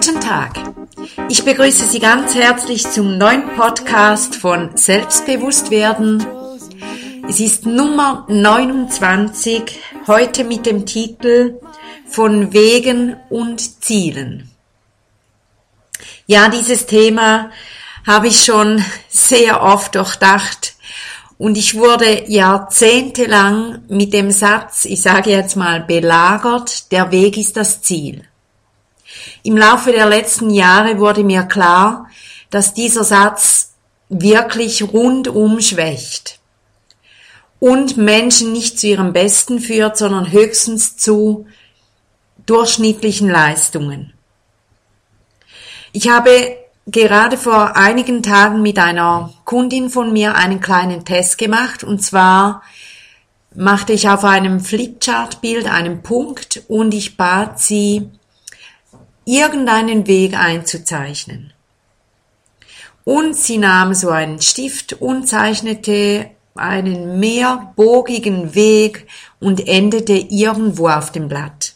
Guten Tag. Ich begrüße Sie ganz herzlich zum neuen Podcast von Selbstbewusstwerden. Es ist Nummer 29, heute mit dem Titel Von Wegen und Zielen. Ja, dieses Thema habe ich schon sehr oft durchdacht und ich wurde jahrzehntelang mit dem Satz, ich sage jetzt mal belagert, der Weg ist das Ziel. Im Laufe der letzten Jahre wurde mir klar, dass dieser Satz wirklich rundum schwächt und Menschen nicht zu ihrem Besten führt, sondern höchstens zu durchschnittlichen Leistungen. Ich habe gerade vor einigen Tagen mit einer Kundin von mir einen kleinen Test gemacht, und zwar machte ich auf einem Flipchart-Bild einen Punkt und ich bat sie, irgendeinen Weg einzuzeichnen. Und sie nahm so einen Stift und zeichnete einen mehrbogigen Weg und endete irgendwo auf dem Blatt.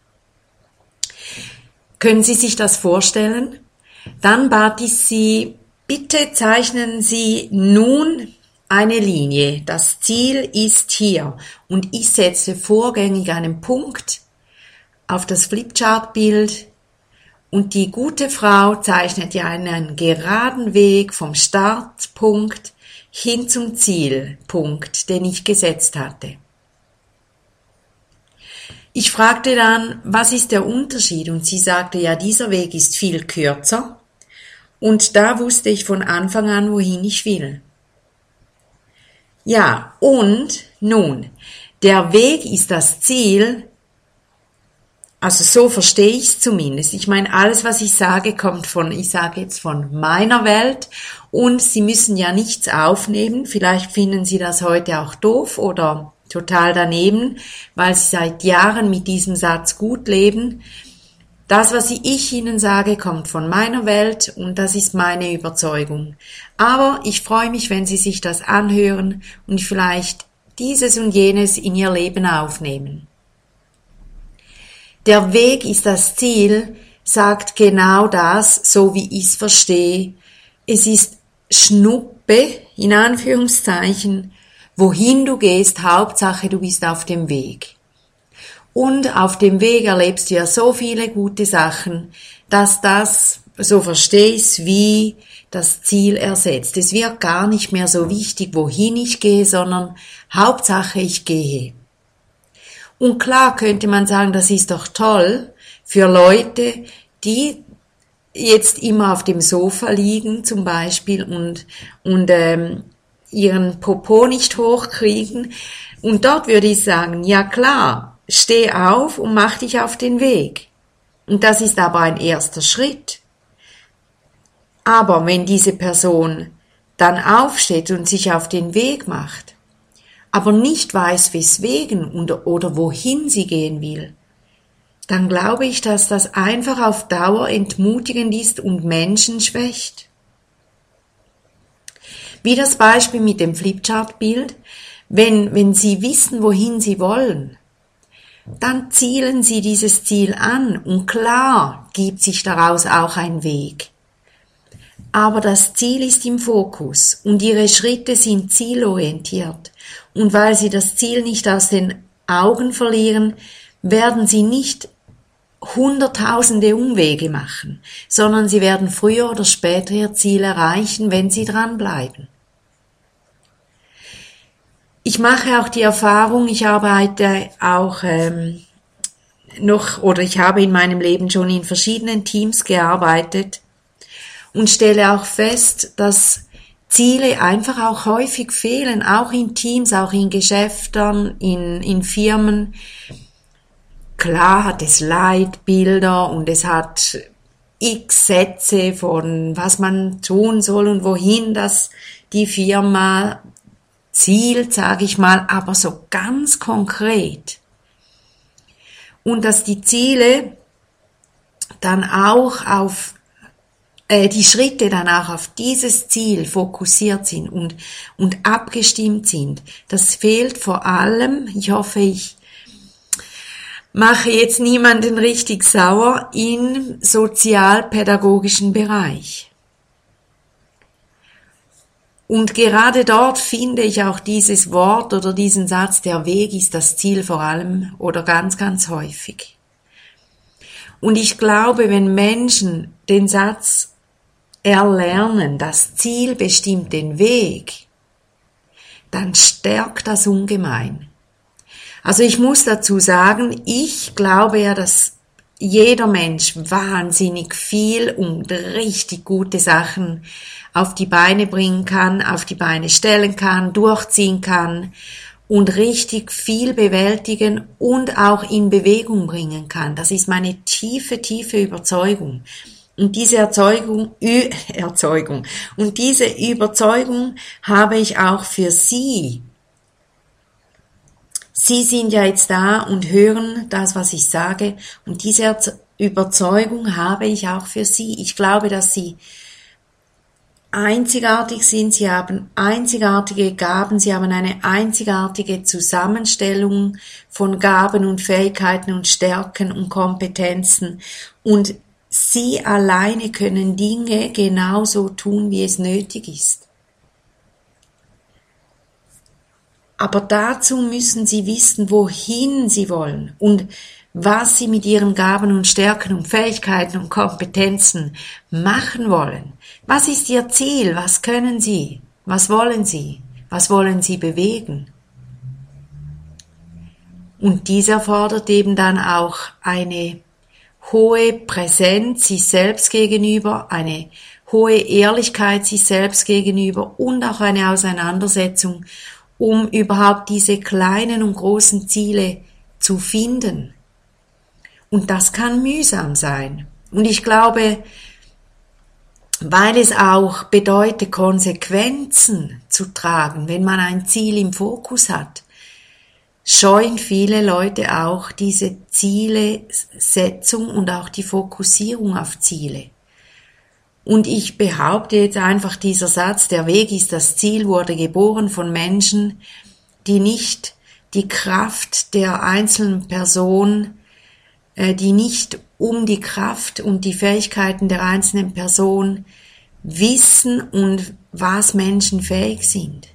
Können Sie sich das vorstellen? Dann bat ich sie, bitte zeichnen Sie nun eine Linie. Das Ziel ist hier. Und ich setzte vorgängig einen Punkt auf das Flipchart-Bild. Und die gute Frau zeichnete einen geraden Weg vom Startpunkt hin zum Zielpunkt, den ich gesetzt hatte. Ich fragte dann, was ist der Unterschied? Und sie sagte, ja, dieser Weg ist viel kürzer. Und da wusste ich von Anfang an, wohin ich will. Ja, und nun, der Weg ist das Ziel. Also so verstehe ich es zumindest. Ich meine, alles, was ich sage, kommt ich sage jetzt von meiner Welt, und Sie müssen ja nichts aufnehmen. Vielleicht finden Sie das heute auch doof oder total daneben, weil Sie seit Jahren mit diesem Satz gut leben. Das, was ich Ihnen sage, kommt von meiner Welt und das ist meine Überzeugung. Aber ich freue mich, wenn Sie sich das anhören und vielleicht dieses und jenes in Ihr Leben aufnehmen. Der Weg ist das Ziel, sagt genau das, so wie ich es verstehe. Es ist Schnuppe, in Anführungszeichen, wohin du gehst, Hauptsache du bist auf dem Weg. Und auf dem Weg erlebst du ja so viele gute Sachen, dass das, so verstehe ich es, wie das Ziel ersetzt. Es wird gar nicht mehr so wichtig, wohin ich gehe, sondern Hauptsache ich gehe. Und klar könnte man sagen, das ist doch toll für Leute, die jetzt immer auf dem Sofa liegen zum Beispiel und ihren Popo nicht hochkriegen. Und dort würde ich sagen, ja klar, steh auf und mach dich auf den Weg. Und das ist aber ein erster Schritt. Aber wenn diese Person dann aufsteht und sich auf den Weg macht, aber nicht weiß, weswegen oder wohin sie gehen will, dann glaube ich, dass das einfach auf Dauer entmutigend ist und Menschen schwächt. Wie das Beispiel mit dem Flipchart-Bild, wenn Sie wissen, wohin Sie wollen, dann zielen Sie dieses Ziel an und klar gibt sich daraus auch ein Weg. Aber das Ziel ist im Fokus und Ihre Schritte sind zielorientiert. Und weil Sie das Ziel nicht aus den Augen verlieren, werden Sie nicht hunderttausende Umwege machen, sondern Sie werden früher oder später Ihr Ziel erreichen, wenn Sie dranbleiben. Ich mache auch die Erfahrung, ich arbeite auch ich habe in meinem Leben schon in verschiedenen Teams gearbeitet und stelle auch fest, dass Ziele einfach auch häufig fehlen, auch in Teams, auch in Geschäften, in Firmen. Klar hat es Leitbilder und es hat x Sätze von was man tun soll und wohin das die Firma zielt, sage ich mal, aber so ganz konkret. Und dass die Ziele dann auch auf die Schritte dann auch auf dieses Ziel fokussiert sind und abgestimmt sind. Das fehlt vor allem, ich hoffe, ich mache jetzt niemanden richtig sauer im sozialpädagogischen Bereich. Und gerade dort finde ich auch dieses Wort oder diesen Satz, der Weg ist das Ziel vor allem oder ganz, ganz häufig. Und ich glaube, wenn Menschen den Satz erlernen, das Ziel bestimmt den Weg, dann stärkt das ungemein. Also ich muss dazu sagen, ich glaube ja, dass jeder Mensch wahnsinnig viel und richtig gute Sachen auf die Beine bringen kann, auf die Beine stellen kann, durchziehen kann und richtig viel bewältigen und auch in Bewegung bringen kann. Das ist meine tiefe, tiefe Überzeugung. Und diese und diese Überzeugung habe ich auch für Sie. Sie sind ja jetzt da und hören das, was ich sage, und diese Überzeugung habe ich auch für Sie. Ich glaube, dass Sie einzigartig sind, Sie haben einzigartige Gaben, Sie haben eine einzigartige Zusammenstellung von Gaben und Fähigkeiten und Stärken und Kompetenzen, und Sie alleine können Dinge genauso tun, wie es nötig ist. Aber dazu müssen Sie wissen, wohin Sie wollen und was Sie mit Ihren Gaben und Stärken und Fähigkeiten und Kompetenzen machen wollen. Was ist Ihr Ziel? Was können Sie? Was wollen Sie? Was wollen Sie bewegen? Und dies erfordert eben dann auch eine hohe Präsenz sich selbst gegenüber, eine hohe Ehrlichkeit sich selbst gegenüber und auch eine Auseinandersetzung, um überhaupt diese kleinen und großen Ziele zu finden. Und das kann mühsam sein. Und ich glaube, weil es auch bedeutet, Konsequenzen zu tragen, wenn man ein Ziel im Fokus hat, scheuen viele Leute auch diese Zielesetzung und auch die Fokussierung auf Ziele. Und ich behaupte jetzt einfach, dieser Satz, der Weg ist das Ziel, wurde geboren von Menschen, die nicht die Kraft der einzelnen Person, die nicht um die Kraft und die Fähigkeiten der einzelnen Person wissen und was Menschen fähig sind.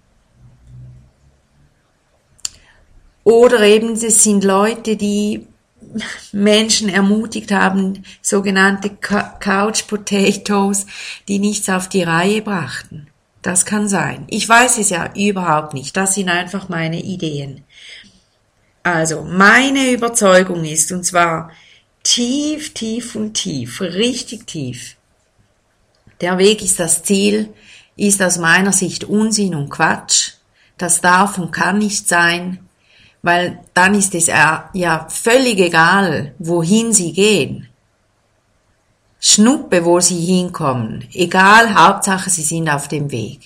Oder eben, es sind Leute, die Menschen ermutigt haben, sogenannte Couch Potatoes, die nichts auf die Reihe brachten. Das kann sein. Ich weiß es ja überhaupt nicht. Das sind einfach meine Ideen. Also, meine Überzeugung ist, und zwar tief, tief und tief, richtig tief. Der Weg ist das Ziel, ist aus meiner Sicht Unsinn und Quatsch. Das darf und kann nicht sein. Weil dann ist es ja völlig egal, wohin Sie gehen. Schnuppe, wo Sie hinkommen. Egal, Hauptsache, Sie sind auf dem Weg.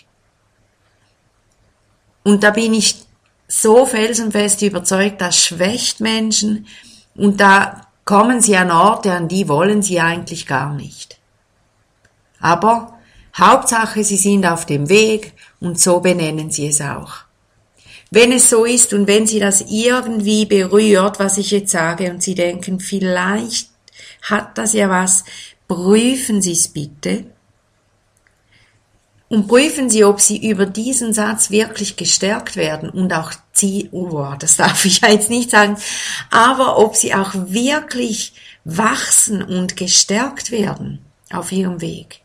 Und da bin ich so felsenfest überzeugt, das schwächt Menschen und da kommen sie an Orte, an die wollen sie eigentlich gar nicht. Aber Hauptsache, Sie sind auf dem Weg und so benennen Sie es auch. Wenn es so ist und wenn Sie das irgendwie berührt, was ich jetzt sage, und Sie denken, vielleicht hat das ja was, prüfen Sie es bitte. Und prüfen Sie, ob Sie über diesen Satz wirklich gestärkt werden und auch das darf ich ja jetzt nicht sagen, aber ob Sie auch wirklich wachsen und gestärkt werden auf Ihrem Weg.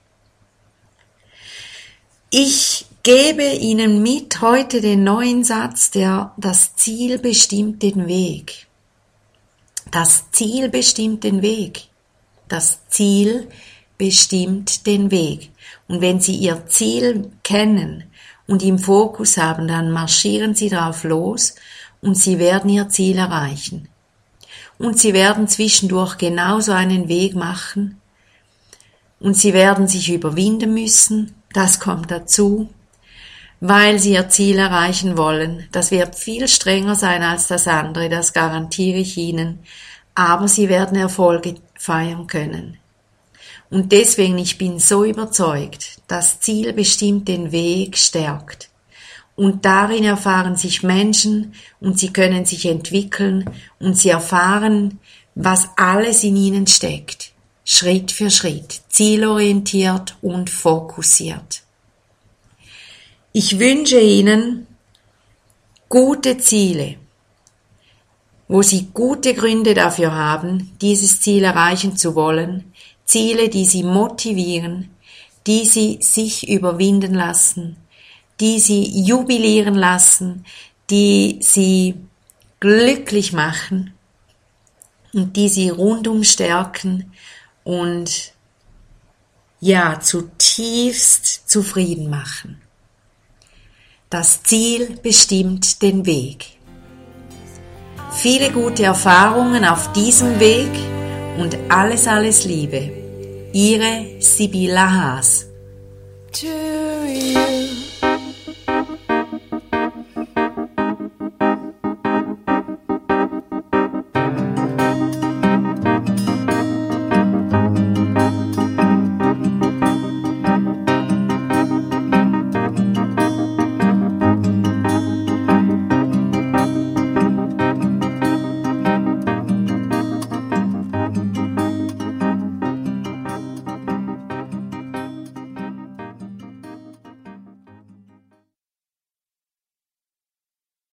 Ich gebe Ihnen mit heute den neuen Satz, das Ziel bestimmt den Weg. Das Ziel bestimmt den Weg. Das Ziel bestimmt den Weg. Und wenn Sie Ihr Ziel kennen und im Fokus haben, dann marschieren Sie darauf los und Sie werden Ihr Ziel erreichen. Und Sie werden zwischendurch genauso einen Weg machen und Sie werden sich überwinden müssen, das kommt dazu, weil Sie Ihr Ziel erreichen wollen. Das wird viel strenger sein als das andere, das garantiere ich Ihnen, aber Sie werden Erfolge feiern können. Und deswegen, ich bin so überzeugt, das Ziel bestimmt den Weg, stärkt. und darin erfahren sich Menschen und sie können sich entwickeln und sie erfahren, was alles in ihnen steckt. Schritt für Schritt, zielorientiert und fokussiert. Ich wünsche Ihnen gute Ziele, wo Sie gute Gründe dafür haben, dieses Ziel erreichen zu wollen, Ziele, die Sie motivieren, die Sie sich überwinden lassen, die Sie jubilieren lassen, die Sie glücklich machen und die Sie rundum stärken und ja, zutiefst zufrieden machen. Das Ziel bestimmt den Weg. Viele gute Erfahrungen auf diesem Weg und alles Liebe. Ihre Sibylla Haas. To you.